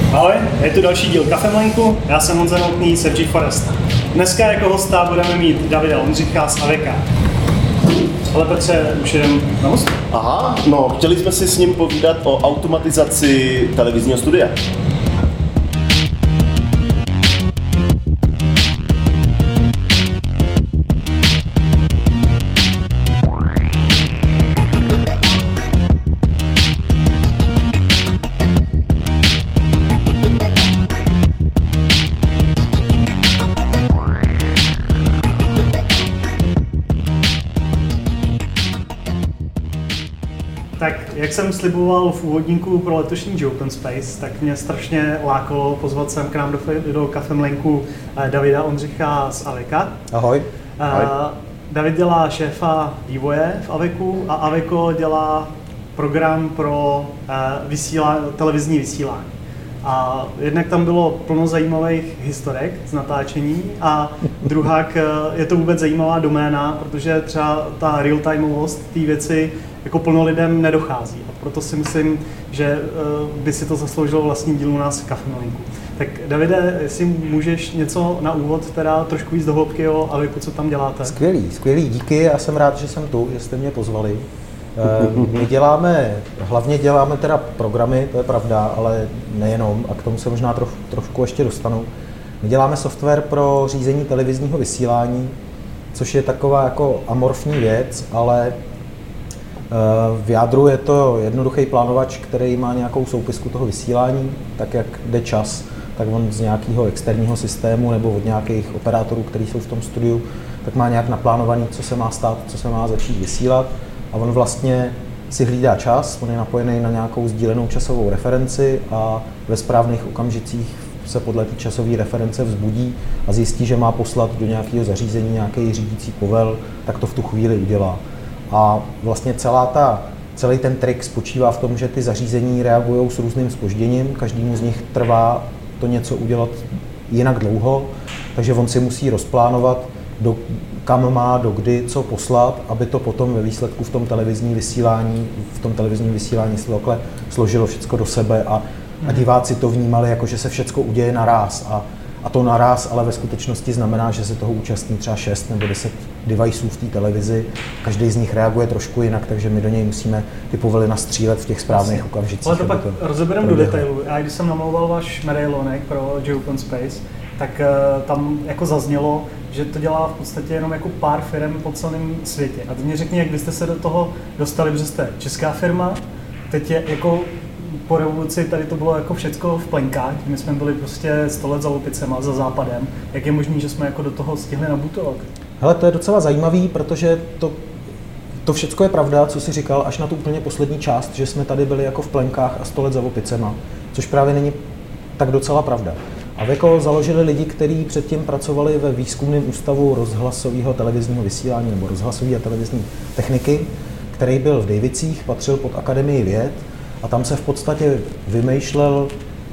Ahoj, je tu další díl Kafemlejnku, já jsem Honza Novotný z FG Forest. Dneska jako hosta budeme mít Davida Ondřicha z AVK. Ale Petře, už jdem na most? Aha, no, chtěli jsme si s ním povídat o automatizaci televizního studia. Tak, jak jsem sliboval v úvodníku pro letošní Open Space, tak mě strašně lákalo pozvat sem k nám do Kafemlejnku Davida Ondřicha z AVK. Ahoj. David dělá šéfa vývoje v AVEKu a AVEKo dělá program pro televizní vysílání. A jednak tam bylo plno zajímavých historek z natáčení a druhák je to vůbec zajímavá doména, protože třeba ta real-timeovost té věci jako plno lidem nedochází. A proto si myslím, že by si to zasloužilo vlastní díl u nás v Kafemlejnku. Tak Davide, jestli můžeš něco na úvod, teda trošku víc do hloubky o AVEKu, co tam děláte? Skvělý, díky, já jsem rád, že jsem tu, že jste mě pozvali. My hlavně děláme teda programy, to je pravda, ale nejenom, a k tomu se možná trošku ještě dostanu. My děláme software pro řízení televizního vysílání, což je taková jako amorfní věc, ale v jádru je to jednoduchý plánovač, který má nějakou soupisku toho vysílání, tak jak jde čas, tak on z nějakého externího systému nebo od nějakých operátorů, kteří jsou v tom studiu, tak má nějak naplánovaný, co se má stát, co se má začít vysílat. A on vlastně si hlídá čas, on je napojený na nějakou sdílenou časovou referenci a ve správných okamžicích se podle té časové reference vzbudí a zjistí, že má poslat do nějakého zařízení nějaký řídící povel, tak to v tu chvíli udělá. A vlastně celý ten trik spočívá v tom, že ty zařízení reagují s různým zpožděním, každému z nich trvá to něco udělat jinak dlouho, takže on si musí rozplánovat, kam má, do kdy, co poslat, aby to potom ve výsledku v tom televizním vysílání se takhle složilo všechno do sebe a diváci to vnímali jako, že se všechno uděje naráz. A to naráz ale ve skutečnosti znamená, že se toho účastní třeba 6 nebo 10 deviceů v té televizi. Každý z nich reaguje trošku jinak, takže my do něj musíme ty povely nastřílet v těch správných okamžicích. Ale to pak rozebereme do detailu. Já když jsem namlouval váš medailonek pro Open Space, tak tam jako zaznělo, že to dělá v podstatě jenom jako pár firm po celém světě. A teď mě řekni, jak byste se do toho dostali, protože jste česká firma, teď je jako po revoluci tady to bylo jako všecko v plenkách, my jsme byli prostě 100 let za opicema, za západem. Jak je možné, že jsme jako do toho stihli nabutovat? Hele, to je docela zajímavý, protože to všecko je pravda, co jsi říkal, až na tu úplně poslední část, že jsme tady byli jako v plenkách a 100 let za opicema, což právě není tak docela pravda. AVEKo založili lidi, kteří předtím pracovali ve výzkumném ústavu rozhlasového televizního vysílání nebo rozhlasové a televizní techniky, který byl v Davicích, patřil pod Akademii věd a tam se v podstatě vymýšlel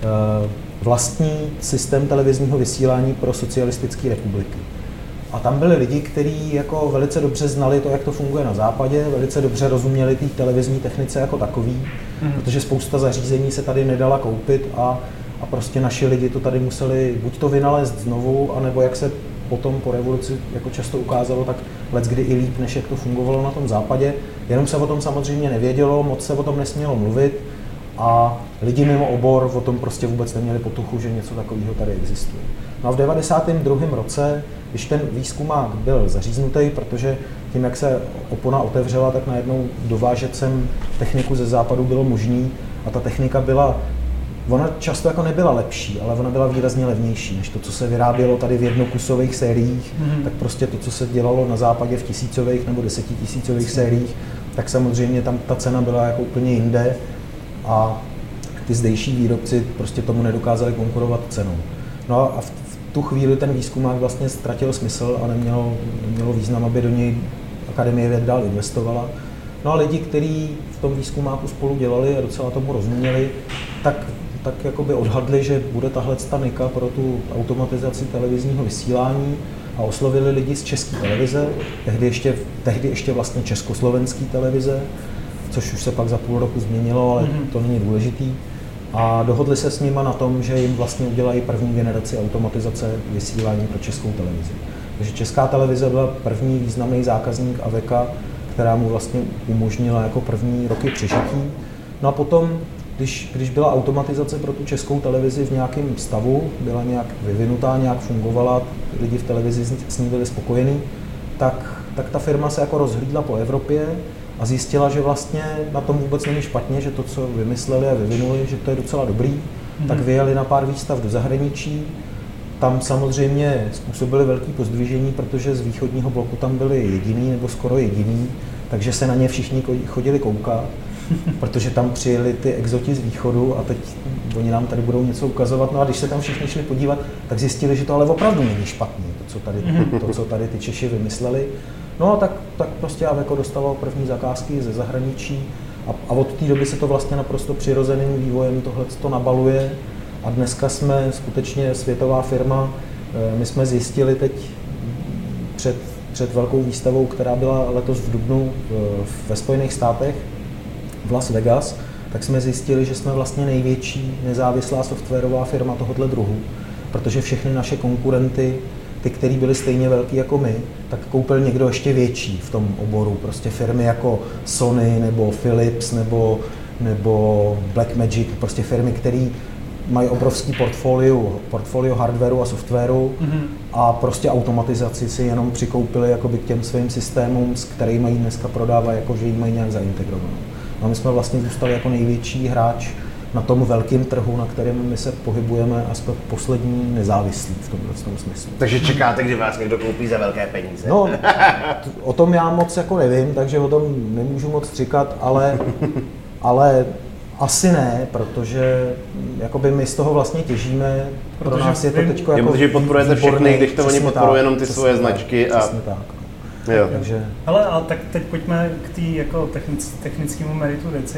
vlastní systém televizního vysílání pro socialistické republiky. A tam byli lidi, kteří jako velice dobře znali to, jak to funguje na západě, velice dobře rozuměli té televizní technice jako takový, protože spousta zařízení se tady nedala koupit a prostě naši lidi to tady museli buď to vynalézt znovu, anebo jak se potom po revoluci jako často ukázalo, tak leckdy i líp, než jak to fungovalo na tom západě. Jenom se o tom samozřejmě nevědělo, moc se o tom nesmělo mluvit a lidi mimo obor o tom prostě vůbec neměli potuchu, že něco takového tady existuje. No a v 92. roce, když ten výzkumák byl zaříznutý, protože tím, jak se opona otevřela, tak najednou dovážet sem techniku ze západu bylo možný a ta technika ona často jako nebyla lepší, ale ona byla výrazně levnější než to, co se vyrábělo tady v jednokusových sériích, tak prostě to, co se dělalo na západě v tisícových nebo desetitisícových sériích, tak samozřejmě tam ta cena byla jako úplně jinde a ty zdejší výrobci prostě tomu nedokázali konkurovat cenou. No a v tu chvíli ten výzkumák vlastně ztratil smysl a nemělo význam, aby do něj Akademie věd dál investovala. No a lidi, kteří v tom výzkumáku spolu dělali a docela tomu rozuměli, tak jakoby odhadli, že bude tahle nika pro tu automatizaci televizního vysílání a oslovili lidi z České televize, tehdy ještě vlastně československé televize, což už se pak za půl roku změnilo, ale to není důležitý. a dohodli se s nima na tom, že jim vlastně udělají první generaci automatizace vysílání pro Českou televizi. Takže Česká televize byla první významný zákazník Aveka, která mu vlastně umožnila jako první roky přežití. No a potom, když byla automatizace pro tu Českou televizi v nějakém stavu, byla nějak vyvinutá, nějak fungovala, lidi v televizi s ní byli spokojení, tak ta firma se jako rozhlídla po Evropě a zjistila, že vlastně na tom vůbec není špatně, že to, co vymysleli a vyvinuli, že to je docela dobrý, tak vyjeli na pár výstav do zahraničí. Tam samozřejmě způsobili velké pozdvižení, protože z východního bloku tam byli jediný nebo skoro jediný, takže se na ně všichni chodili koukat, protože tam přijeli ty exoti z východu a teď oni nám tady budou něco ukazovat. No a když se tam všichni šli podívat, tak zjistili, že to ale opravdu není špatný, to, co tady ty Češi vymysleli. No a tak prostě Aveco dostalo první zakázky ze zahraničí a od té doby se to vlastně naprosto přirozeným vývojem tohleto nabaluje. A dneska jsme skutečně světová firma. My jsme zjistili teď před velkou výstavou, která byla letos v dubnu ve Spojených státech, v Las Vegas, tak jsme zjistili, že jsme vlastně největší nezávislá softwarová firma tohoto druhu, protože všechny naše konkurenty, ty, který byly stejně velký jako my, tak koupil někdo ještě větší v tom oboru. Prostě firmy jako Sony nebo Philips nebo Blackmagic, prostě firmy, které mají obrovský portfolio hardwareu a softwaru a prostě automatizaci si jenom přikoupili jakoby k těm svým systémům, s kterými ji dneska prodávají, jako že ji mají nějak zaintegrovanou. A my jsme vlastně zůstali jako největší hráč na tom velkém trhu, na kterém my se pohybujeme a jsme poslední nezávislí v tom smyslu. Takže čekáte, kdy vás někdo koupí za velké peníze? No, o tom já moc jako nevím, takže o tom nemůžu moc říkat, ale asi ne, protože jakoby my z toho vlastně těžíme, pro nás je to teď jako protože podporujete všechny, když to oni podporují jenom ty svoje značky. Přesně tak. Jo. Takže... Hele, a tak teď pojďme k té jako technickému meritu věci.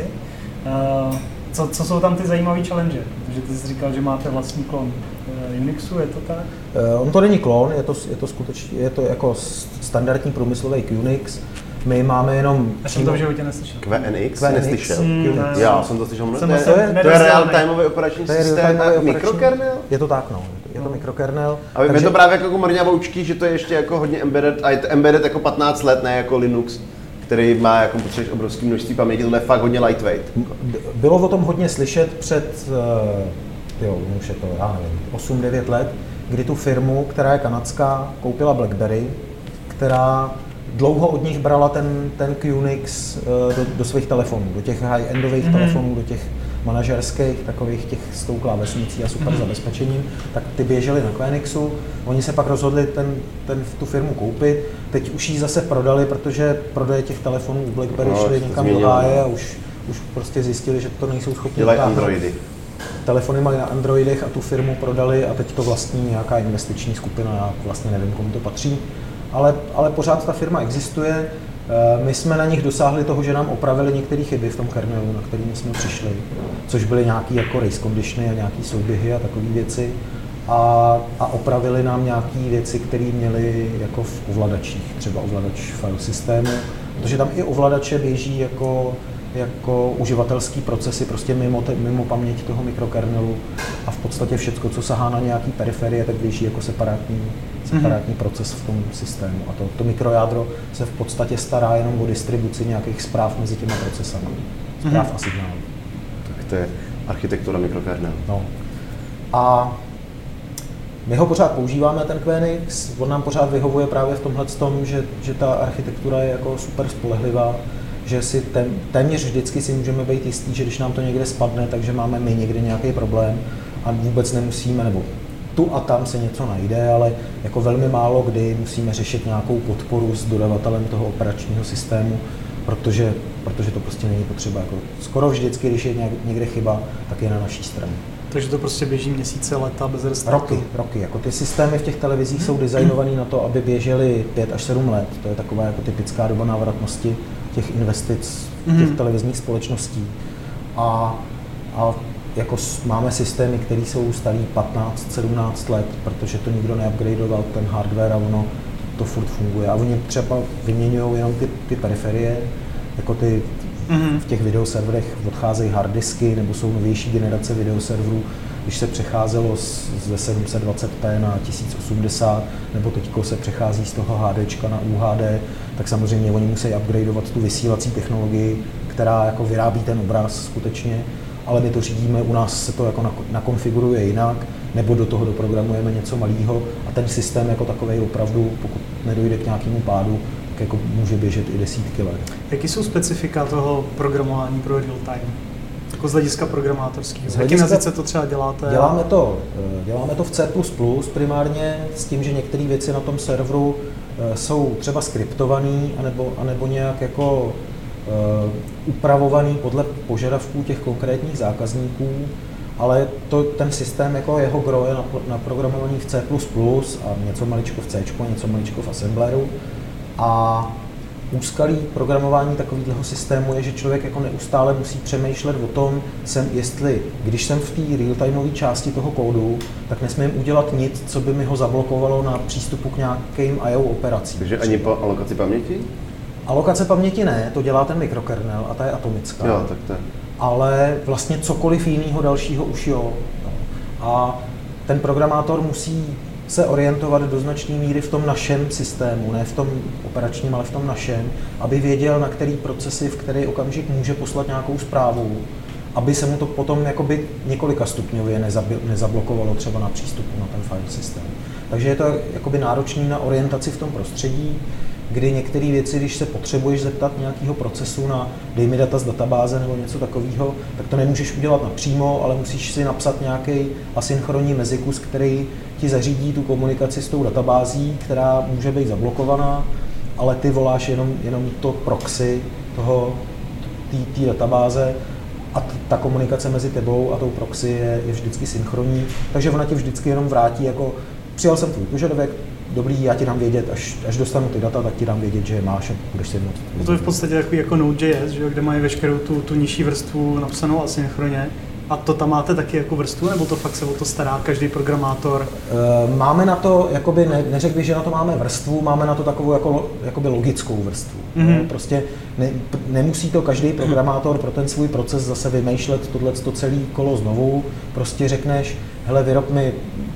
Co jsou tam ty zajímavé challenge? Protože ty jsi říkal, že máte vlastní klon Unixu, je to tak? On to není klon, je to skutečně, je to jako standardní průmyslový Unix. My máme jenom... Já jsem to v životě neslyšel. QNX neslyšel. Já jsem to slyšel. To je real-timeový operační systém a mikrokernel? Je to tak, no. Je to mikrokernel. A je to právě jako mrňavoučky, že to je ještě jako hodně embedded, a je to embedded jako 15 let, ne jako Linux, který má jako potřebuješ obrovské množství paměti, tohle je fakt hodně lightweight. Bylo o tom hodně slyšet před, už je to, já nevím, 8-9 let, kdy tu firmu, která je kanadská, koupila BlackBerry, která dlouho od nich brala ten QNX do svých telefonů, do těch high-endových telefonů, do těch manažerských, takových těch s tou klávesnicí a super zabezpečením, tak ty běžely na QNXu. Oni se pak rozhodli tu firmu koupit. Teď už ji zase prodali, protože prodeje těch telefonů u BlackBerry šly někam do háje a už prostě zjistili, že to nejsou schopni. Dělají Androidy. Telefony mají na Androidech a tu firmu prodali a teď to vlastní nějaká investiční skupina, já vlastně nevím, komu to patří. Ale pořád ta firma existuje. My jsme na nich dosáhli toho, že nám opravili některé chyby v tom kernelu, na kterými jsme přišli, což byly nějaké jako race conditiony a nějaké souběhy a takové věci. A opravili nám nějaké věci, které měly jako v ovladačích, třeba ovladač file systému, protože tam i ovladače běží jako uživatelský procesy prostě mimo paměť toho mikrokernelu a v podstatě všecko, co sahá na nějaký periferie, tak běží jako separátní proces v tom systému. A to mikrojádro se v podstatě stará jenom o distribuci nějakých zpráv mezi těma procesami. Zpráv a signálů. Tak to je architektura mikrokernelu. No. A my ho pořád používáme, ten QNX, on nám pořád vyhovuje právě v tomhle tom, že ta architektura je jako super spolehlivá, že si téměř vždycky si můžeme být jistý, že když nám to někde spadne, takže máme my někde nějaký problém a vůbec nemusíme, nebo tu a tam se něco najde, ale jako velmi málo kdy musíme řešit nějakou podporu s dodavatelem toho operačního systému, protože to prostě není potřeba. Jako skoro vždycky, když je někde chyba, tak je na naší straně. Takže to prostě běží měsíce, leta bez restartu? Roky. Jako ty systémy v těch televizích jsou designované na to, aby běžely 5 až 7 let. To je taková jako typická doba návratnosti těch investic těch televizních společností. A jako máme systémy, které jsou starý 15-17 let, protože to nikdo neupgradeoval, ten hardware a ono to furt funguje. A oni třeba vyměňují jenom ty periferie, jako ty V těch videoserverech odcházejí harddisky nebo jsou novější generace videoserverů, když se přecházelo ze 720p na 1080, nebo teďko se přechází z toho HDčka na UHD, tak samozřejmě oni musí upgradeovat tu vysílací technologii, která jako vyrábí ten obraz skutečně, ale my to řídíme, u nás se to jako nakonfiguruje jinak, nebo do toho doprogramujeme něco malého a ten systém jako takovej opravdu, pokud nedojde k nějakému pádu, tak jako může běžet i desítky let. Jaký jsou specifika toho programování pro real time? Jako z hlediska programátorského. V jakém jazyce to třeba děláte? Děláme to v C++ primárně s tím, že některé věci na tom serveru jsou třeba skriptované anebo nějak jako upravovaný podle požadavků těch konkrétních zákazníků, ale ten systém jako jeho gro je naprogramovaný v C++ a něco maličko v C, něco maličko v assembleru. A úskalí programování takového systému je, že člověk jako neustále musí přemýšlet o tom, jestli, když jsem v té real-timeové části toho kódu, tak nesmím udělat nic, co by mi ho zablokovalo na přístupu k nějakým I/O operacím. Takže ani po alokaci paměti? Alokace paměti ne, to dělá ten mikrokernel a ta je atomická. Jo, tak to je. Ale vlastně cokoliv jiného dalšího už jo. A ten programátor musí se orientovat do značné míry v tom našem systému, ne v tom operačním, ale v tom našem, aby věděl, na který procesy, v který okamžik může poslat nějakou zprávu, aby se mu to potom jakoby několika stupňově nezablokovalo třeba na přístupu na ten file systém. Takže je to jakoby náročný na orientaci v tom prostředí, kdy některé věci, když se potřebuješ zeptat nějakého procesu na dej mi data z databáze nebo něco takového, tak to nemůžeš udělat napřímo, ale musíš si napsat nějaký asynchronní mezikus, který ti zařídí tu komunikaci s tou databází, která může být zablokovaná, ale ty voláš jenom to proxy té databáze a ta komunikace mezi tebou a tou proxy je vždycky synchronní, takže ona ti vždycky jenom vrátí jako přijal jsem tvůj požadavek, dobrý, já ti dám vědět, až dostanu ty data, tak ti dám vědět, že je máš a budeš si moct. To je v podstatě takový jako Node.js, že jo, kde mají veškerou tu nižší vrstvu napsanou asynchronně. A to tam máte taky jako vrstvu, nebo to fakt se o to stará každý programátor? Máme na to, jakoby neřekl bych, že na to máme vrstvu, máme na to takovou jakoby logickou vrstvu. Mm-hmm. Prostě nemusí to každý programátor pro ten svůj proces zase vymýšlet tohleto celý kolo znovu. Prostě řekneš, hele, vyrob mi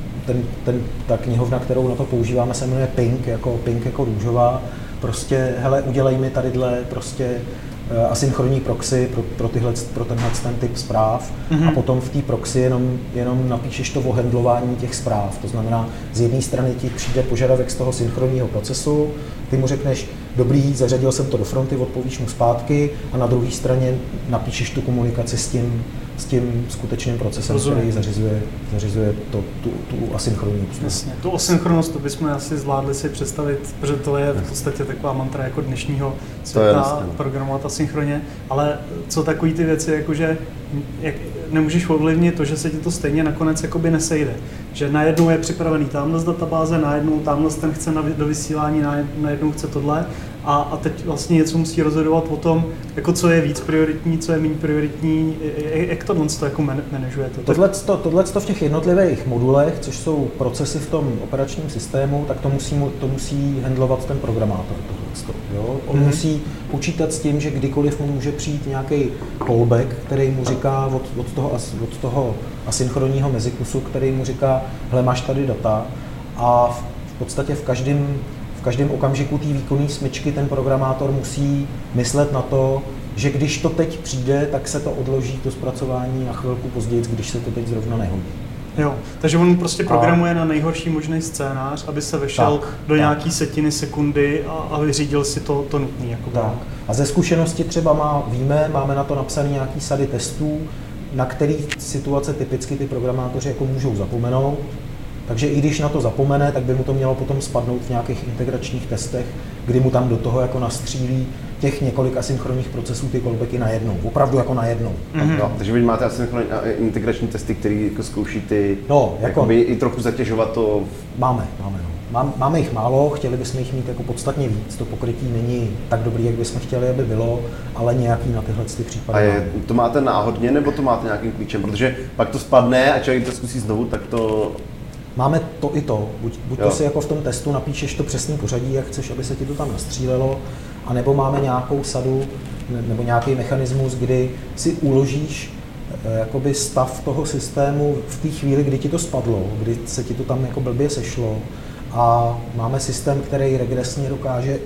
ta knihovna, kterou na to používáme, se jmenuje Pink jako růžová. Prostě, hele, udělej mi tadyhle prostě asynchronní proxy pro tenhle ten typ zpráv a potom v té proxy jenom napíšeš to ohandlování těch zpráv. To znamená, z jedné strany ti přijde požadavek z toho synchronního procesu, ty mu řekneš, dobrý, zařadil jsem to do fronty, odpovíš mu zpátky a na druhé straně napíšeš tu komunikaci s tím skutečným procesem, který zařizuje tu asynchronní obsluhu. Jasně, tu asynchronnost to bychom asi zvládli si představit, protože to je v podstatě taková mantra jako dnešního světa, programovat asynchronně, ale co takový ty věci, jakože nemůžeš ovlivnit to, že se ti to stejně nakonec jakoby nesejde. Že najednou je připravený tamhle z databáze, najednou tamhle ten chce do vysílání, najednou chce tohle a teď vlastně něco musí rozhodovat o tom, jako co je víc prioritní, co je méně prioritní, jak tohle to jako manažujete. Tohleto v těch jednotlivých modulech, což jsou procesy v tom operačním systému, tak to musí handlovat ten programátor. Jo? On musí počítat s tím, že kdykoliv mu může přijít nějaký callback, který mu říká od toho asynchronního mezikusu, který mu říká, hele, máš tady data a v podstatě v každém okamžiku té výkonné smyčky ten programátor musí myslet na to, že když to teď přijde, tak se to odloží, to zpracování na chvilku později, když se to teď zrovna nehodí. Jo, takže on prostě programuje na nejhorší možný scénář, aby se vešel do nějaký setiny sekundy a vyřídil si to nutné. Tak. A ze zkušenosti třeba máme na to napsané nějaký sady testů, na který situace typicky ty programátoři jako můžou zapomenout. Takže i když na to zapomene, tak by mu to mělo potom spadnout v nějakých integračních testech, kdy mu tam do toho jako nastřílí těch několik asynchronních procesů ty callbacky najednou, opravdu jako najednou. No, takže vy máte asynchronní integrační testy, které jako zkouší ty, i trochu zatěžovat to? Máme jich málo, chtěli bychom jich mít jako podstatně víc, to pokrytí není tak dobrý, jak bychom chtěli, aby bylo, ale nějaký na tyhle případy. A to máte náhodně, nebo to máte nějakým klíčem? Protože pak to spadne a člověk to zkusí znovu, tak to... Máme to i to. Buď to si jako v tom testu napíšeš to přesný pořadí, jak chceš, aby se ti to tam nastřílelo, anebo máme nějakou sadu nebo nějaký mechanismus, kdy si uložíš jakoby stav toho systému v té chvíli, kdy ti to spadlo, kdy se ti to tam jako blbě sešlo, a máme systém, který regresně dokáže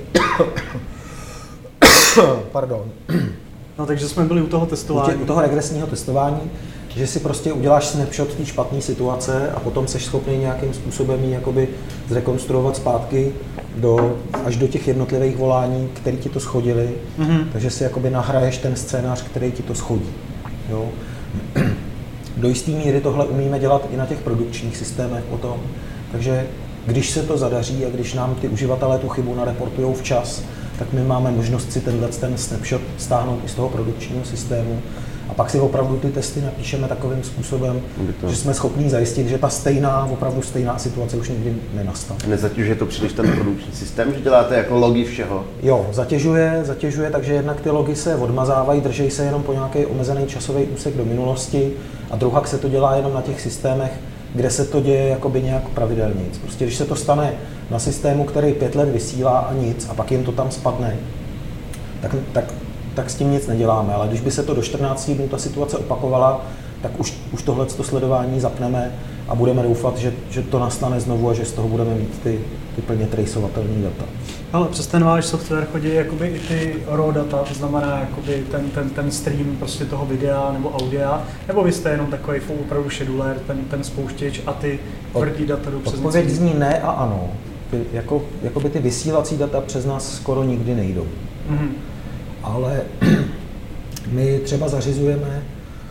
pardon. No, takže jsme byli u toho testování. U toho regresního testování, že si prostě uděláš snapshot té špatné situace a potom seš schopný nějakým způsobem ji jakoby zrekonstruovat zpátky až do těch jednotlivých volání, které ti to shodily. Mm-hmm. Takže si jakoby nahraješ ten scénář, který ti to shodí. Jo? Do jisté míry tohle umíme dělat i na těch produkčních systémech potom. Takže když se to zadaří a když nám ty uživatelé tu chybu nareportujou včas, tak my máme možnost si ten snapshot stáhnout i z toho produkčního systému a pak si opravdu ty testy napíšeme takovým způsobem, že jsme schopní zajistit, že ta opravdu stejná situace už nikdy nenastane. Nezatěžuje to příliš ten produkční systém, že děláte jako logy všeho? Jo, zatěžuje, takže jednak ty logy se odmazávají, drží se jenom po nějaký omezený časový úsek do minulosti a druhak se to dělá jenom na těch systémech, kde se to děje jakoby nějak pravidelně. Prostě když se to stane na systému, který 5 let vysílá a nic, a pak jim to tam spadne, tak s tím nic neděláme. Ale když by se to do 14 dnů ta situace opakovala, tak už tohleto sledování zapneme a budeme doufat, že to nastane znovu a že z toho budeme mít ty plně traceovatelné data. Ale přes ten váš software chodí jakoby i ty raw data, to znamená jakoby ten stream prostě toho videa nebo audia, nebo vy jste jenom takový opravdu scheduler, ten spouštěč a ty tvrdý data jdou přes Odpověď zní ne a ano. Jakoby ty vysílací data přes nás skoro nikdy nejdou. Mm-hmm. Ale my třeba zařizujeme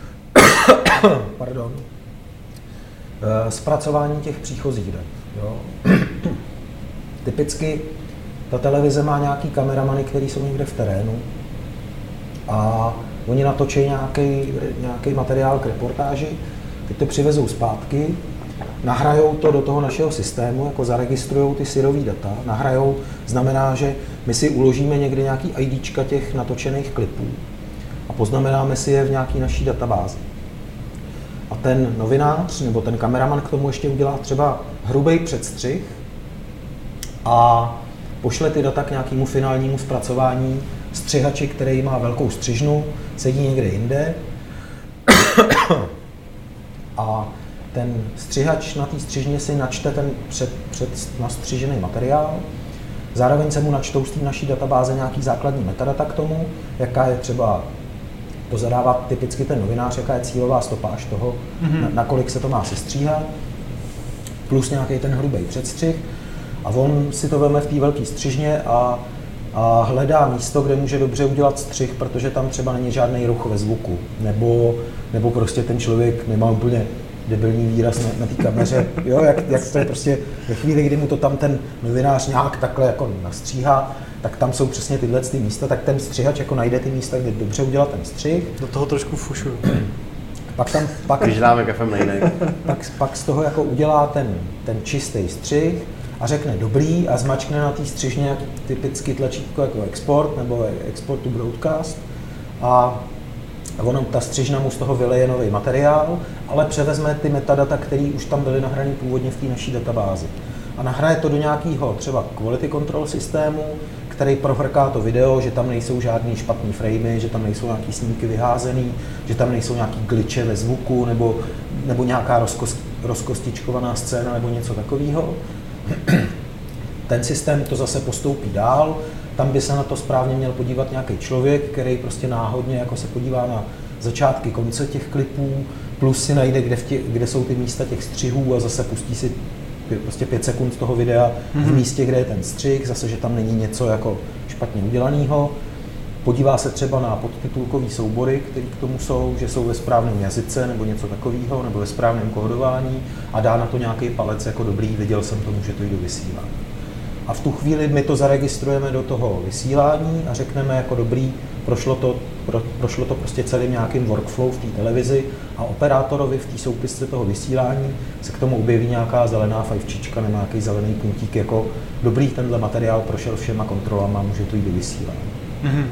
zpracování těch příchozích dat. Jo? Typicky ta televize má nějaký kameramany, který jsou někde v terénu a oni natočí nějaký materiál k reportáži, teď to přivezou zpátky, nahrajou to do toho našeho systému, jako zaregistrujou ty syrový data, nahrajou, znamená, že my si uložíme někde nějaký IDčka těch natočených klipů a poznamenáme si je v nějaký naší databázi. A ten novinář nebo ten kameraman k tomu ještě udělá třeba hrubý předstřih a pošle ty data k nějakému finálnímu zpracování střihači, který má velkou střižnu, sedí někde jinde a ten střihač na té střižně si načte ten přednastřižený materiál, zároveň se mu načtou z té naší databáze nějaký základní metadata k tomu, jaká je třeba, to zadává typicky ten novinář, jaká je cílová stopáž toho, nakolik se to má sestříhat, plus nějaký ten hrubý předstřih. A on si to veme v té velké střižně a hledá místo, kde může dobře udělat střih, protože tam třeba není žádný ruch ve zvuku, nebo prostě ten člověk nemá úplně debilní výraz na té kameře, jo, jak to je prostě ve chvíli, kdy mu to tam ten novinář nějak takhle jako nastříhá, tak tam jsou přesně tyhle ty místa, tak ten střihač jako najde ty místa, kde dobře udělat ten střih. Do toho trošku fušuju. Když dáme kafem nejde. Pak z toho jako udělá ten čistý střih a řekne dobrý a zmačkne na té střižně typicky tlačítko jako export nebo export to broadcast a ta střižna mu z toho vyleje nový materiál, ale převezme ty metadata, které už tam byly nahrané původně v té naší databázi. A nahraje to do nějakého třeba quality control systému, který prohrká to video, že tam nejsou žádný špatný framey, že tam nejsou nějaký snímky vyházený, že tam nejsou nějaký glitche ve zvuku nebo nějaká rozkostičkovaná scéna nebo něco takového. Ten systém to zase postoupí dál, tam by se na to správně měl podívat nějaký člověk, který prostě náhodně jako se podívá na začátky, konce těch klipů, plus si najde, kde jsou ty místa těch střihů a zase pustí si prostě 5 sekund z toho videa v místě, kde je ten střih, zase, že tam není něco jako špatně udělaného. Podívá se třeba na podtitulkový soubory, které k tomu jsou, že jsou ve správném jazyce nebo něco takového, nebo ve správném kódování a dá na to nějaký palec jako dobrý, viděl jsem to, může to jít do vysílání. A v tu chvíli my to zaregistrujeme do toho vysílání a řekneme jako dobrý, prošlo to prostě celým nějakým workflow v té televizi a operátorovi v té soupisce toho vysílání se k tomu objeví nějaká zelená fajfčička nebo nějaký zelený puntík jako dobrý, tenhle materiál prošel všema kontrolama, může to jít do vysílání. Mm-hmm.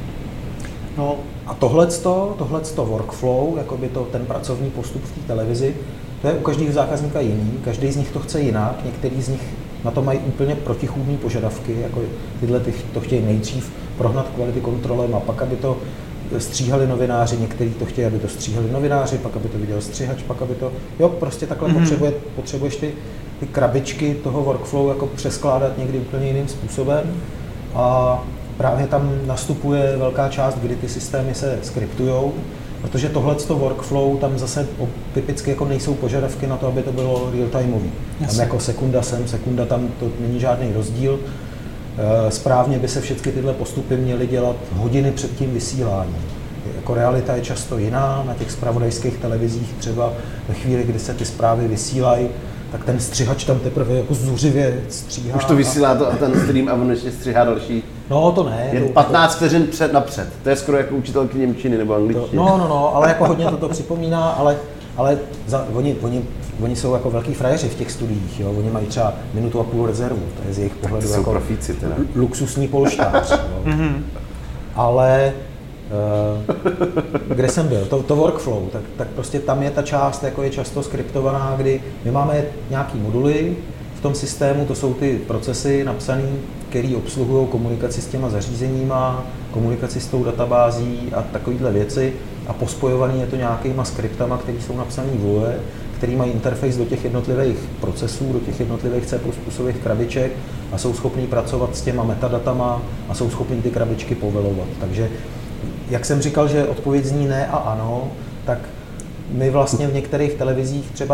No a tohleto workflow, jakoby ten pracovní postup v té televizi, to je u každého zákazníka jiný, každý z nich to chce jinak, některý z nich na to mají úplně protichůdné požadavky, jako tyhle to chtějí nejdřív prohnat kvality kontrolem a pak, aby to stříhali novináři, někteří to chtějí, aby to stříhali novináři, pak, aby to viděl střihač, pak, aby to, prostě takhle potřebuješ ty krabičky toho workflow jako přeskládat někdy úplně jiným způsobem a právě tam nastupuje velká část, kdy ty systémy se skriptujou, protože tohleto workflow, tam zase typicky jako nejsou požadavky na to, aby to bylo real-timeový. Tam jako sekunda sem, sekunda tam, to není žádný rozdíl. Správně by se všechny tyhle postupy měly dělat hodiny před tím vysíláním. Jako realita je často jiná, na těch zpravodajských televizích třeba ve chvíli, kdy se ty zprávy vysílají, tak ten střihač tam teprve jako zuřivě stříhá. Už to vysílá to a ten stream a on ještě stříhá další. No to ne. Jen 15 vteřin napřed. To je skoro jako učitelky němčiny nebo angličtiny. No, ale jako hodně to připomíná, ale oni jsou jako velký frajeři v těch studiích, jo? Oni mají třeba minutu a půl rezervu, to je z jejich pohledu jsou jako profíci, teda. Luxusní polštář. Ale kde jsem byl, to workflow, tak prostě tam je ta část, jako je často skriptovaná, kdy my máme nějaký moduly v tom systému, to jsou ty procesy napsané, které obsluhují komunikaci s těma zařízeníma, komunikaci s tou databází a takovéhle věci a pospojovaný je to nějakýma skriptama, které jsou napsané vůle, který mají interface do těch jednotlivých procesů, do těch jednotlivých C++ krabiček a jsou schopní pracovat s těma metadatama a jsou schopní ty krabičky povelovat. Takže jak jsem říkal, že odpověď zní ne a ano, tak my vlastně v některých televizích třeba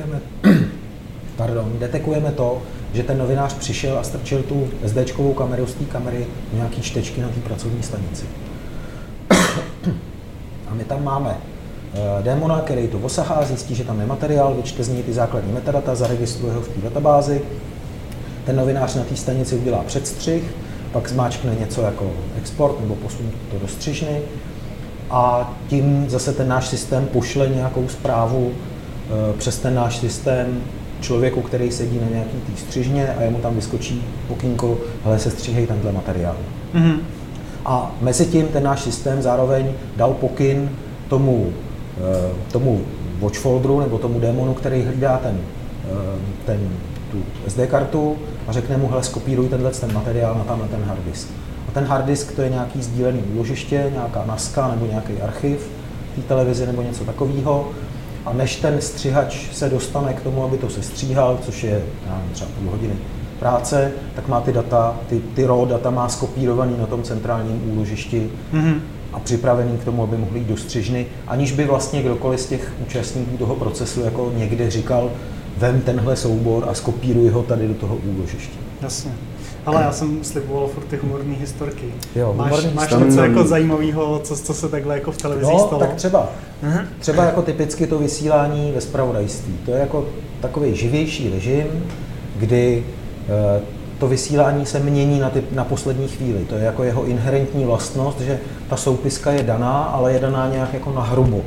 detekujeme to, že ten novinář přišel a strčil tu SDčkovou kameru z té kamery do nějaký čtečky na té pracovní stanici. A my tam máme démona, který to osahá, zjistí, že tam je materiál, vyčte z něj ty základní metadata, zaregistruje ho v té databázi. Ten novinář na té stanici udělá předstřih, pak zmáčkne něco jako export nebo posun to do střižny a tím zase ten náš systém pošle nějakou zprávu přes ten náš systém člověku, který sedí na nějaký té střižně a jemu tam vyskočí pokynko, hele, se stříhej tenhle materiál. Mm-hmm. A mezi tím ten náš systém zároveň dal pokyn tomu watch folderu nebo tomu démonu, který hlídá tu SD kartu a řekne mu, hele, skopíruj ten materiál na tamhle ten hard disk. A ten hard disk to je nějaký sdílený úložiště, nějaká NASka nebo nějaký archiv té televize nebo něco takového. A než ten střihač se dostane k tomu, aby to sestříhal, což je třeba půl hodiny práce, tak má ty data, ty raw data má skopírovaný na tom centrálním úložišti a připravený k tomu, aby mohli jít do střižny, aniž by vlastně kdokoliv z těch účastníků toho procesu jako někde říkal, vem tenhle soubor a skopíruj ho tady do toho úložiště. Jasně. Ale já jsem sliboval furt ty humorní historky. Jo, máš něco jako zajímavého, co se takhle jako v televizi stalo? Tak třeba jako typicky to vysílání ve zpravodajství. To je jako takový živější režim, kdy to vysílání se mění na poslední chvíli. To je jako jeho inherentní vlastnost, že ta soupiska je daná, ale je daná nějak jako nahrubo.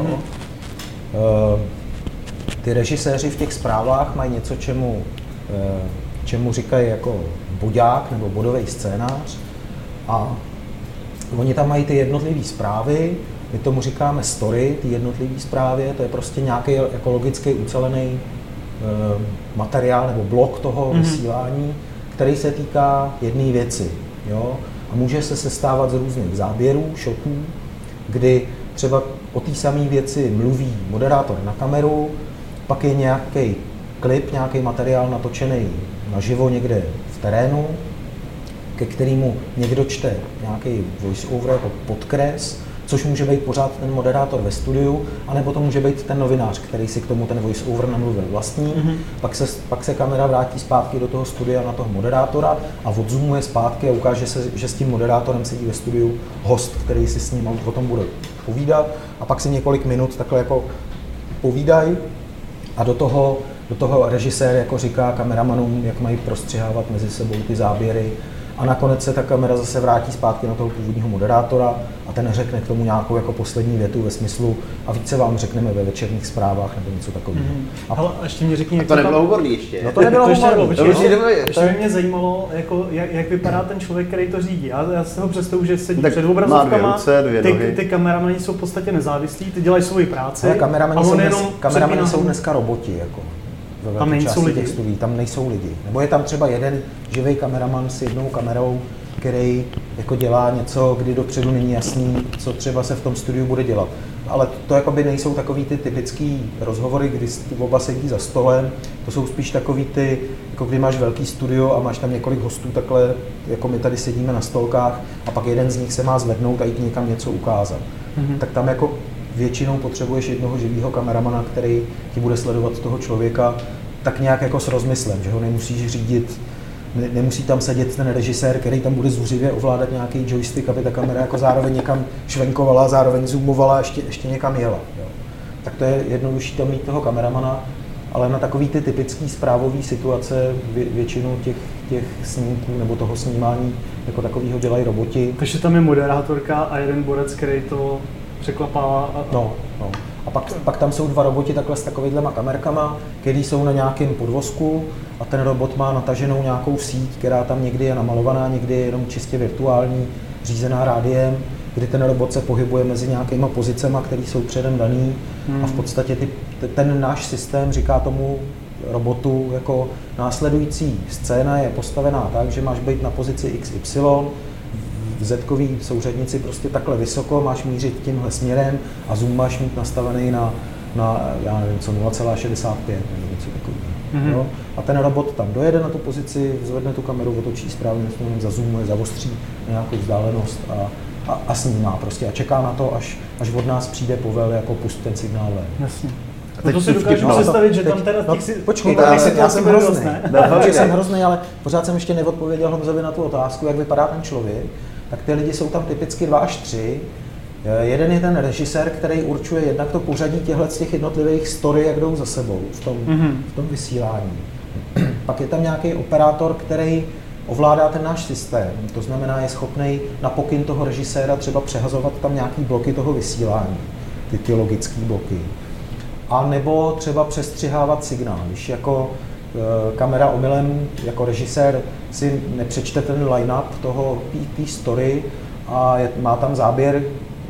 Ty režiséři v těch zprávách mají něco, čemu říkají jako bodák nebo bodový scénář a oni tam mají ty jednotlivé zprávy, my tomu říkáme story, ty jednotlivé zprávy, to je prostě nějaký jako logicky ucelený materiál nebo blok toho vysílání, který se týká jedné věci. Jo? A může se sestávat z různých záběrů, shotů, kdy třeba o té samé věci mluví moderátor na kameru, pak je nějaký klip, nějaký materiál natočený naživo někde v terénu, ke kterému někdo čte nějaký voice-over jako podkres, což může být pořád ten moderátor ve studiu, anebo to může být ten novinář, který si k tomu ten voice-over namluvil vlastní. Pak se kamera vrátí zpátky do toho studia na toho moderátora a odzoomuje zpátky a ukáže se, že s tím moderátorem sedí ve studiu host, který si s ním o tom bude povídat a pak si několik minut takhle jako povídají a do toho režisér jako říká kameramanům, jak mají prostřihávat mezi sebou ty záběry a nakonec se ta kamera zase vrátí zpátky na toho původního moderátora a ten řekne k tomu nějakou jako poslední větu ve smyslu a více vám řekneme ve večerních zprávách nebo něco takového. Ale ještě mě řekni, jak to nebylo humorný ještě. No to nebylo humorný. Ještě by mě zajímalo, jako, jak vypadá ten člověk, který to řídí. Já si ho představuji, že sedí před obrazovkama, ty kameramani jsou v podstatě nezávislí, ty dělají svoji práci. Kameramani jsou dneska roboti. Jako. ve velké části těch studií. Tam nejsou lidi. Nebo je tam třeba jeden živý kameraman s jednou kamerou, který jako dělá něco, kdy dopředu není jasný, co třeba se v tom studiu bude dělat. Ale to jakoby nejsou takový ty typický rozhovory, kdy oba sedí za stolem, to jsou spíš takový ty, jako kdy máš velký studio a máš tam několik hostů takhle, jako my tady sedíme na stolkách a pak jeden z nich se má zvednout a jít někam něco ukázat. Tak tam jako většinou potřebuješ jednoho živého kameramana, který ti bude sledovat toho člověka tak nějak jako s rozmyslem, že ho nemusíš řídit. Nemusí tam sedět ten režisér, který tam bude zuřivě ovládat nějaký joystick, aby ta kamera jako zároveň někam švenkovala, zároveň zoomovala a ještě někam jela. Jo. Tak to je jednodušší tam mít toho kameramana, ale na takový ty typický zprávové situace většinu těch snímků nebo toho snímání jako takového dělají roboti. Takže tam je moderátorka a jeden borec, který to překlapává. No. A pak tam jsou dva roboti takhle s takovýhlema kamerkama, který jsou na nějakém podvozku a ten robot má nataženou nějakou síť, která tam někdy je namalovaná, někdy je jenom čistě virtuální, řízená rádiem, kdy ten robot se pohybuje mezi nějakýma pozicema, které jsou předem daný a v podstatě ten náš systém říká tomu robotu jako následující scéna je postavená tak, že máš být na pozici XY, v Z-kový souřadnici prostě takhle vysoko, máš mířit tímhle směrem a zoom máš mít nastavený na já nevím co, 0,65 nebo něco takového. A ten robot tam dojede na tu pozici, zvedne tu kameru, otočí správně, zazoomuje, zavostří na nějakou vzdálenost a snímá prostě a čeká na to, až od nás přijde povel, jako pust ten signál ven. Jasně. A to si dokážu představit, že tam teda počkej, já jsem hrozný. Jsem hrozný, ale pořád jsem ještě neodpověděl Honzovi na tu otázku, jak vypadá ten člověk. Tak ty lidi jsou tam typicky 2 až 3. Jeden je ten režisér, který určuje jednak to pořadí těch jednotlivých story, jak jdou za sebou v tom vysílání. Pak je tam nějaký operátor, který ovládá ten náš systém. To znamená, je schopný na pokyn toho režiséra třeba přehazovat tam nějaký bloky toho vysílání, ty logické bloky. A nebo třeba přestřihávat signál. Když jako kamera omylem, jako režisér si nepřečte ten line-up té story a má tam záběr,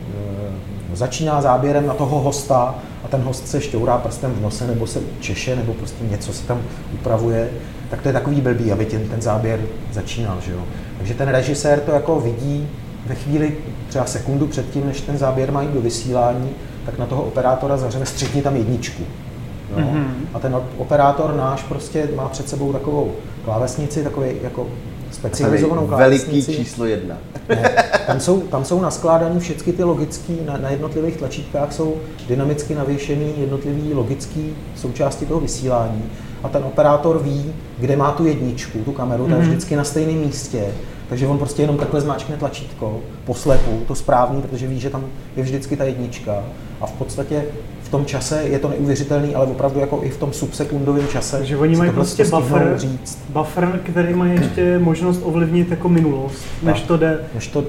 začíná záběrem na toho hosta a ten host se šťourá prstem v nose nebo se češe nebo prostě něco se tam upravuje, tak to je takový blbý, aby ten záběr začínal, že jo. Takže ten režisér to jako vidí ve chvíli třeba sekundu předtím, než ten záběr má jít do vysílání, tak na toho operátora zařve střihni tam jedničku. No. A ten operátor náš prostě má před sebou takovou klávesnici, takový jako specializovanou klávesnici. Veliký číslo 1. Ne, tam jsou naskládané všechny ty logické, na jednotlivých tlačítkách jsou dynamicky navěšený jednotlivý logické součásti toho vysílání. A ten operátor ví, kde má tu jedničku, tu kameru, ta je vždycky na stejném místě. Takže on prostě jenom takhle zmáčkne tlačítko, poslepu, to správný, protože ví, že tam je vždycky ta jednička. A v podstatě v tom čase je to neuvěřitelný, ale opravdu jako i v tom subsekundovém čase. Takže oni mají prostě buffer, který má ještě možnost ovlivnit jako minulost, než to jde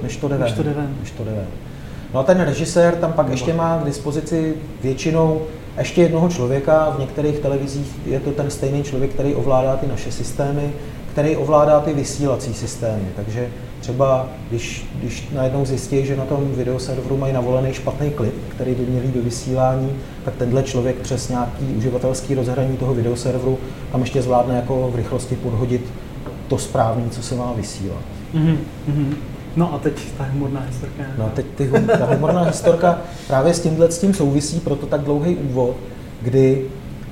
ven. No a ten režisér tam pak ještě má k dispozici většinou ještě jednoho člověka, v některých televizích je to ten stejný člověk, který ovládá ty naše systémy, který ovládá ty vysílací systémy. Takže třeba, když najednou zjistí, že na tom videoserveru mají navolený špatný klip, který by měl jít do vysílání, tak tenhle člověk přes nějaký uživatelský rozhraní toho videoserveru tam ještě zvládne jako v rychlosti podhodit to správné, co se má vysílat. No a teď ta humorná historka. No teď ta humorná historka právě s tím souvisí, proto tak dlouhý úvod, kdy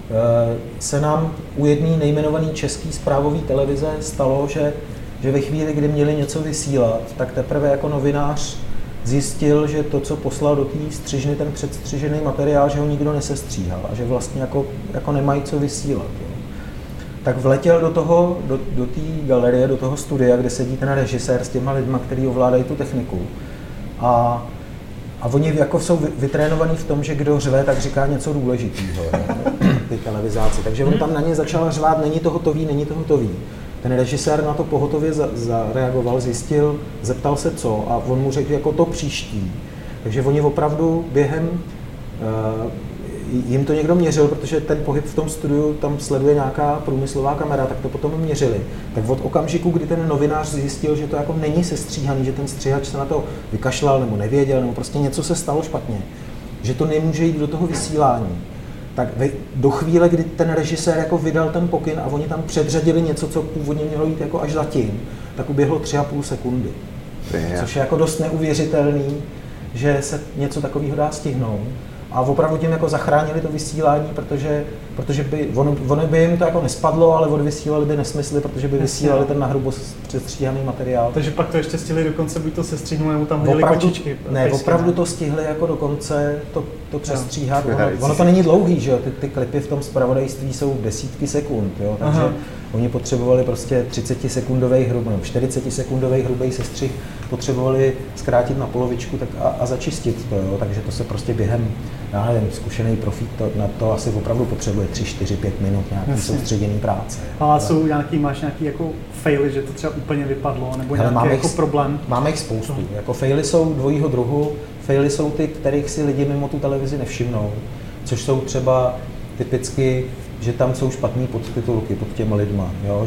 se nám u jedné nejmenované české zprávové televize stalo, že ve chvíli, kdy měli něco vysílat, tak teprve jako novinář zjistil, že to, co poslal do té střižny, ten předstřižený materiál, že ho nikdo nesestříhal a že vlastně jako nemají co vysílat. Jo. Tak vletěl do té galerie, do toho studia, kde sedí ten režisér s těma lidma, kteří ovládají tu techniku. A oni jako jsou vytrénovaní v tom, že kdo řve, tak říká něco důležitého, ty televizáci. Takže on tam na ně začal řvát, není to hotový. Ten režisér na to pohotově zareagoval, zjistil, zeptal se co a on mu řekl jako to příští. Takže oni opravdu během, jim to někdo měřil, protože ten pohyb v tom studiu tam sleduje nějaká průmyslová kamera, tak to potom měřili. Tak od okamžiku, kdy ten novinář zjistil, že to jako není sestříhaný, že ten střihač se na to vykašlal nebo nevěděl, nebo prostě něco se stalo špatně, že to nemůže jít do toho vysílání, Tak do chvíle, kdy ten režisér jako vydal ten pokyn a oni tam předřadili něco, co původně mělo jít jako až zatím, tak uběhlo 3,5 sekundy. Což je jako dost neuvěřitelný, že se něco takového dá stihnout. A opravdu tím jako zachránili to vysílání, protože by, ono by jim to jako nespadlo, ale odvysílali by nesmysly, protože by vysílali ten nahrubo přestříhaný materiál. Takže pak to ještě stihli dokonce buď to sestřihnout, nebo tam hodili kočičky. Ne, opravdu to stihli jako dokonce to přestříhat. Ono to není dlouhý, že jo, ty klipy v tom zpravodajství jsou desítky sekund, jo, takže oni potřebovali prostě 30-sekundový hrubý, 40-sekundový hrubý sestřih, potřebovali zkrátit na polovičku a začistit to, jo, takže to se prostě během, já nevím, zkušený profík na to asi opravdu potřebuje 3, 4, 5 minut nějaký soustředěný práce. Ale máš nějaký jako faily, že to třeba úplně vypadlo, nebo nějaký jako problém? Máme jich spoustu. Jako faily jsou dvojího druhu. Faily jsou ty, kterých si lidi mimo tu televizi nevšimnou, což jsou třeba typicky, že tam jsou špatný podtitulky pod těma lidma, jo?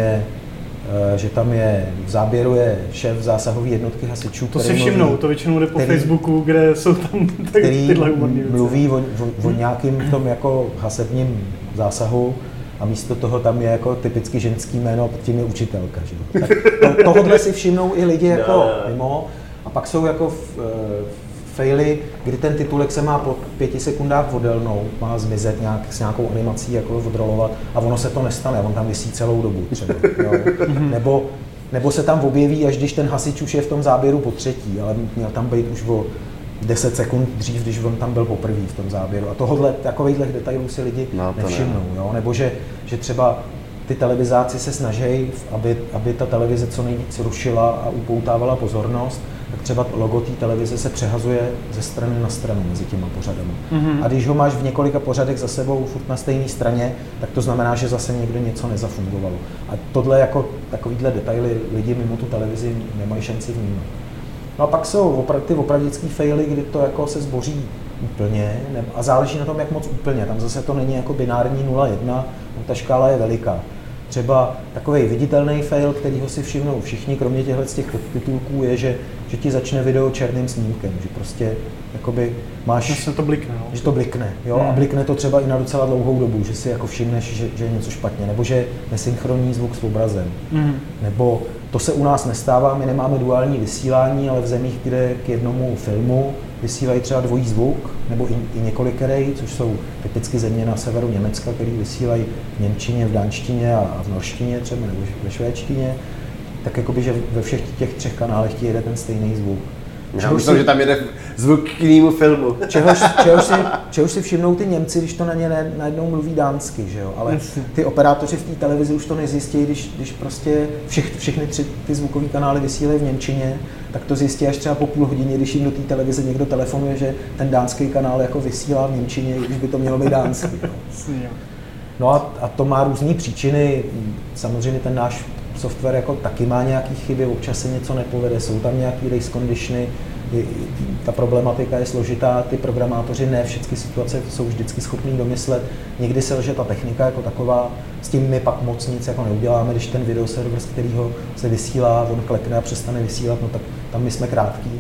Že tam je v záběru je šéf zásahové jednotky hasičů, to si všimnou, to většinou jde po Facebooku, kde jsou tam tyhle humorní věci. Mluví o nějakým tom jako hasebním zásahu a místo toho tam je jako typicky ženský jméno a pod tím je učitelka. Že? Tak tohodle si všimnou i lidi jako mimo a pak jsou jako faily, kdy ten titulek se má po 5 sekundách odelnout, má zmizet s nějakou animací, jako odrolovat a ono se to nestane, on tam visí celou dobu třeba, jo. Nebo se tam objeví, až když ten hasič už je v tom záběru po třetí, ale měl tam být už o 10 sekund dřív, když on tam byl poprvé v tom záběru. A tohohle, takovýchhle detailů si lidi nevšimnou, jo. Nebo že třeba ty televizáci se snaží, aby ta televize co nejvíc rušila a upoutávala pozornost, tak třeba logo té televize se přehazuje ze strany na stranu mezi těma pořadama. A když ho máš v několika pořadech za sebou furt na stejné straně, tak to znamená, že zase někde něco nezafungovalo. A tohle jako takovýhle detaily lidi mimo tu televizi nemají šanci vnímat. No a pak jsou ty opravdický faily, kdy to jako se zboří úplně a záleží na tom, jak moc úplně. Tam zase to není jako binární 0,1, ta škála je veliká. Třeba takový viditelný fail, kterýho si všimnou všichni, kromě těchto z těch podtitulků, je, že ti začne video černým snímkem, že prostě jakoby máš... Že to blikne, no. Že to blikne, jo, a blikne to třeba i na docela dlouhou dobu, že si jako všimneš, že je něco špatně, nebo že nesynchronní zvuk s obrazem, nebo to se u nás nestává, my nemáme duální vysílání, ale v zemích, kde k jednomu filmu vysílají třeba dvojí zvuk, nebo i několikerý, což jsou typicky země na severu Německa, který vysílají v němčině, v dánštině a v norštině třeba, nebo ve švédštině, tak jakoby, že ve všech těch 3 kanálech ti jede ten stejný zvuk. Já myslím, že tam jede zvuk k jinému filmu. Čehož si všimnou ty Němci, když to na ně najednou mluví dánsky, že jo? Ale ty operátoři v té televizi už to nezjistí, když prostě všechny 3 ty zvukové kanály vysílají v němčině, tak to zjistí až třeba po půl hodině, když jim do té televize někdo telefonuje, že ten dánský kanál jako vysílá v němčině, když by to mělo být dánsky. No a to má různé příčiny. Samozřejmě ten náš software jako taky má nějaké chyby, občas se něco nepovede, jsou tam nějaké race conditiony, ta problematika je složitá, ty programátoři ne všechny situace jsou vždycky schopní domyslet, někdy selže ta technika jako taková, s tím my pak moc nic jako neuděláme, když ten videoserver, z kterého se vysílá, on klekne a přestane vysílat, no tak tam my jsme krátký.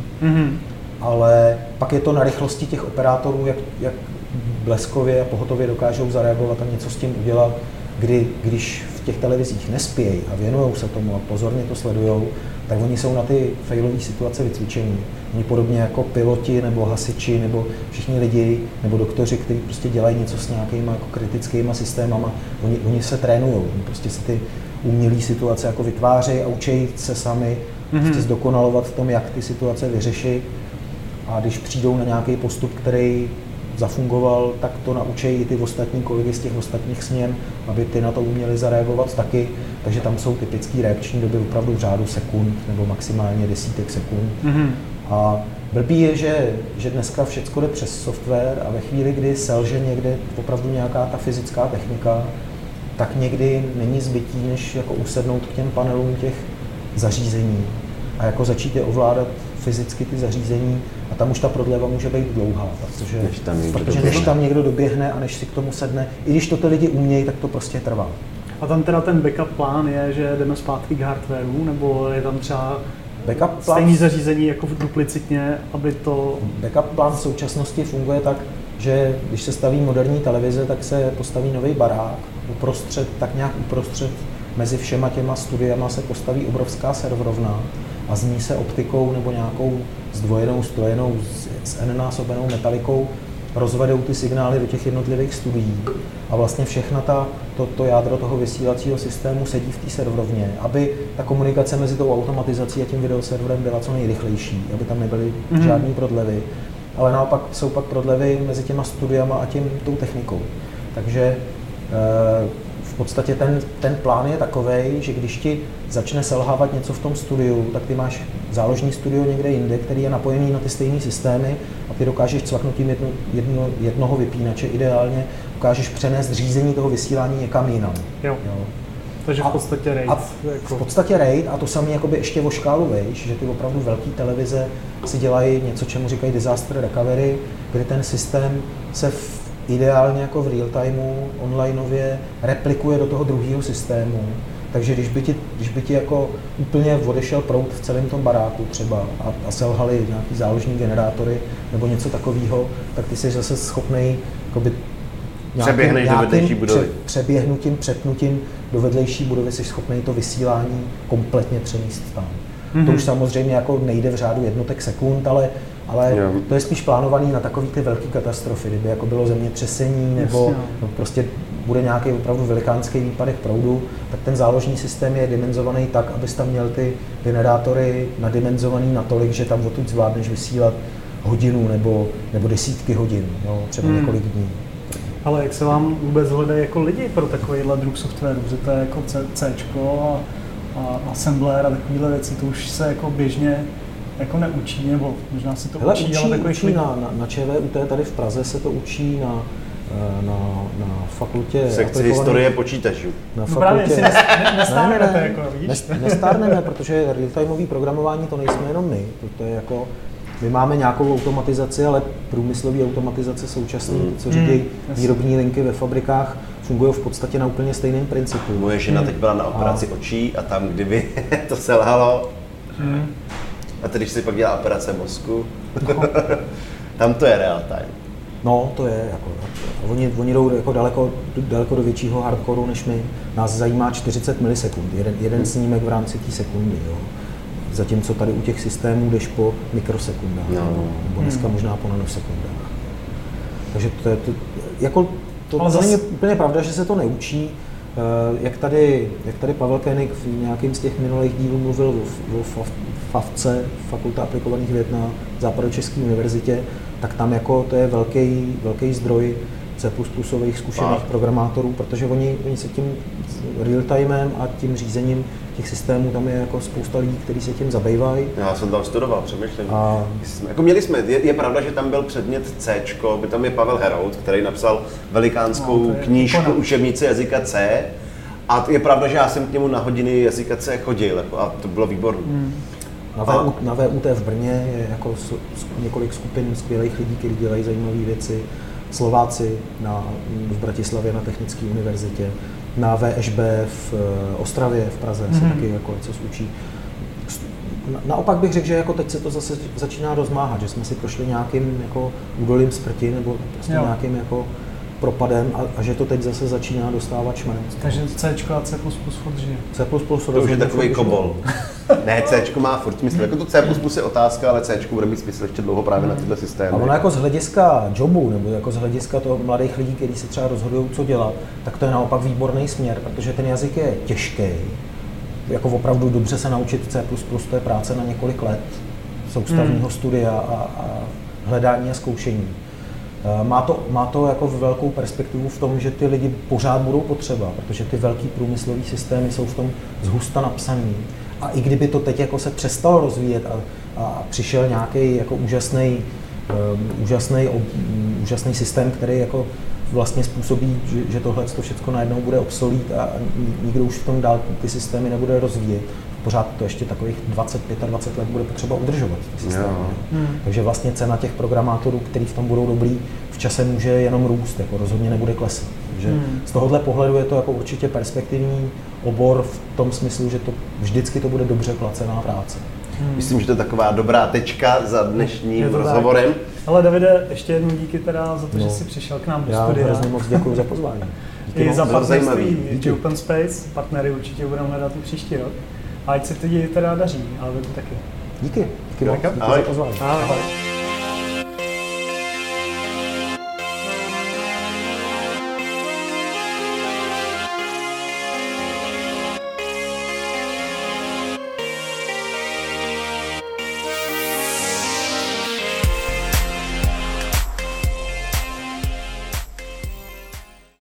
Ale pak je to na rychlosti těch operátorů, jak bleskově a pohotově dokážou zareagovat a něco s tím udělat, když v těch televizích nespějí a věnují se tomu a pozorně to sledujou, tak oni jsou na ty failové situace vycvičení. Oni podobně jako piloti nebo hasiči nebo všichni lidi nebo doktoři, kteří prostě dělají něco s nějakýma jako kritickýma systémama, oni se trénují, oni prostě si ty umělé situace jako vytvářejí a učí se sami prostě zdokonalovat v tom, jak ty situace vyřešit. A když přijdou na nějaký postup, který zafungoval, tak to naučí i ty ostatní kolegy z těch ostatních směn, aby ty na to uměli zareagovat taky. Takže tam jsou typické reakční doby opravdu v řádu sekund nebo maximálně desítek sekund. A blbý je, že dneska všechno jde přes software a ve chvíli, kdy selže někde opravdu nějaká ta fyzická technika, tak někdy není zbytí, než jako usednout k těm panelům těch zařízení a jako začít je ovládat fyzicky ty zařízení a tam už ta prodleva může být dlouhá, protože než tam někdo doběhne a než si k tomu sedne, i když to ty lidi umějí, tak to prostě trvá. A tam teda ten backup plán je, že jdeme zpátky k hardwareu, nebo je tam třeba stejný zařízení jako duplicitně, aby to... Backup plán v současnosti funguje tak, že když se staví moderní televize, tak se postaví nový barák, tak nějak uprostřed mezi všema těma studiama se postaví obrovská serverovna a z ní se optikou nebo nějakou zdvojenou, strojenou, s n-násobenou metalikou rozvedou ty signály do těch jednotlivých studií a vlastně všechna to jádro toho vysílacího systému sedí v té serverovně, aby ta komunikace mezi tou automatizací a tím videoserverem byla co nejrychlejší, aby tam nebyly žádný prodlevy, ale naopak jsou pak prodlevy mezi těma studiama a tou technikou. Takže v podstatě ten plán je takovej, že když ti začne selhávat něco v tom studiu, tak ty máš záložní studio někde jinde, který je napojený na ty stejné systémy a ty dokážeš cvaknutím jednoho vypínače ideálně, dokážeš přenést řízení toho vysílání někam jinam. Jo. Takže v podstatě RAID. V podstatě RAID a to samé jakoby ještě o škálu vejš, že ty opravdu velké televize si dělají něco, čemu říkají disaster recovery, kde ten systém se ideálně jako v real timeu, onlineově replikuje do toho druhého systému. Takže když by ti jako úplně odešel proud v celém tom baráku třeba a selhaly nějaký záložní generátory nebo něco takového, tak ty jsi zase schopnej přeběhnutím, přepnutím do vedlejší budovy jsi schopnej to vysílání kompletně přenést tam. To už samozřejmě jako nejde v řádu jednotek sekund, ale to je spíš plánovaný na takový ty velké katastrofy, kdyby jako bylo zemětřesení nebo prostě bude nějaký opravdu velikánský výpadek proudu, tak ten záložní systém je dimenzovaný tak, abys tam měl ty generátory nadimenzovaný natolik, že tam odtud zvládneš vysílat hodinu nebo desítky hodin, třeba několik dní. Ale jak se vám vůbec hledají jako lidi pro takovýhle druh softwaru, že to je jako Cčko a assembler a takovéhle věci, to už se jako běžně jako neučí, nebo možná si to učí, ale takových lidí. Na ČVUT tady v Praze se to učí na fakultě sekce historie počítačů. Na fakultě... Nestárneme, jako vidíš? Nestárneme, protože real-timeový programování to nejsme jenom my. To je jako, my máme nějakou automatizaci, ale průmyslový automatizace současný, co řídí výrobní linky ve fabrikách, fungují v podstatě na úplně stejném principu. Moje žena teď byla na operaci očí a tam, kdyby to selhalo, a teď, když si pak dělá operace mozku, tam to je real time. No, to je jako, oni jdou jako daleko do většího hardcoreu než my. Nás zajímá 40 milisekund, jeden snímek v rámci té sekundy, jo. Zatímco tady u těch systémů jdeš po mikrosekundách, nebo dneska možná po nanosekundách. Takže to není úplně pravda, že se to neučí. Jak tady Pavel Koenig v nějakým z těch minulých dílů mluvil o FAVce, Fakulta aplikovaných věd na Západočeské univerzitě, tak tam jako to je velký zdroj C++ zkušených programátorů, protože oni se tím real-timem a tím řízením těch systémů, tam je jako spousta lidí, kteří se tím zabývají. Já jsem tam studoval, přemýšlím. Jako měli jsme, je pravda, že tam byl předmět Cčko, tam je Pavel Herold, který napsal velikánskou knížku učebnici jazyka C. A je pravda, že já jsem k němu na hodiny jazyka C chodil a to bylo výborné. Na VUT v Brně je jako několik skupin skvělých lidí, kteří dělají zajímavé věci. Slováci v Bratislavě na Technické univerzitě, na VŠB v Ostravě, v Praze se taky jako něco učí. Naopak bych řekl, že jako teď se to zase začíná rozmáhat, že jsme si prošli nějakým jako údolím smrti nebo prostě nějakým jako propadem a že to teď zase začíná dostávat šmenc. Takže Cčko a C++ furt žije. C++ to už je takový kobol. Ne, Cčko má furt smysl. Jako to C++ je otázka, ale Cčko bude mít smysl ještě dlouho právě na tyhle systémy. A ono jako z hlediska jobu, nebo jako z hlediska toho mladých lidí, kteří se třeba rozhodují, co dělat, tak to je naopak výborný směr, protože ten jazyk je těžký. Jako opravdu dobře se naučit C++, to je práce na několik let soustavního studia a hledání a zkoušení. Má to jako velkou perspektivu v tom, že ty lidi pořád budou potřeba, protože ty velký průmyslové systémy jsou v tom zhusta napsaný. A i kdyby to teď jako se přestalo rozvíjet a přišel nějaký jako úžasný systém, který jako vlastně způsobí, že tohle všechno najednou bude obsolít a nikdo už v tom dál ty systémy nebude rozvíjet. Pořád to ještě takových 20-25 let bude potřeba udržovat ty systémy. Takže vlastně cena těch programátorů, kteří v tom budou dobrý, v čase může jenom růst, jako rozhodně nebude klesat. Takže z tohohle pohledu je to jako určitě perspektivní obor v tom smyslu, že to vždycky to bude dobře placená práce. Myslím, že to je taková dobrá tečka za dnešním rozhovorem. Ale Davide, ještě jednou díky teda za to, že jsi přišel k nám do studia. Já hrozně moc děkuji za pozvání. I za partnerství díky Open Space. Partnery určitě budeme hledat i příští rok. A ať se ty teda daří, ale vy taky. Díky moc, díky za pozvání. Ahoj.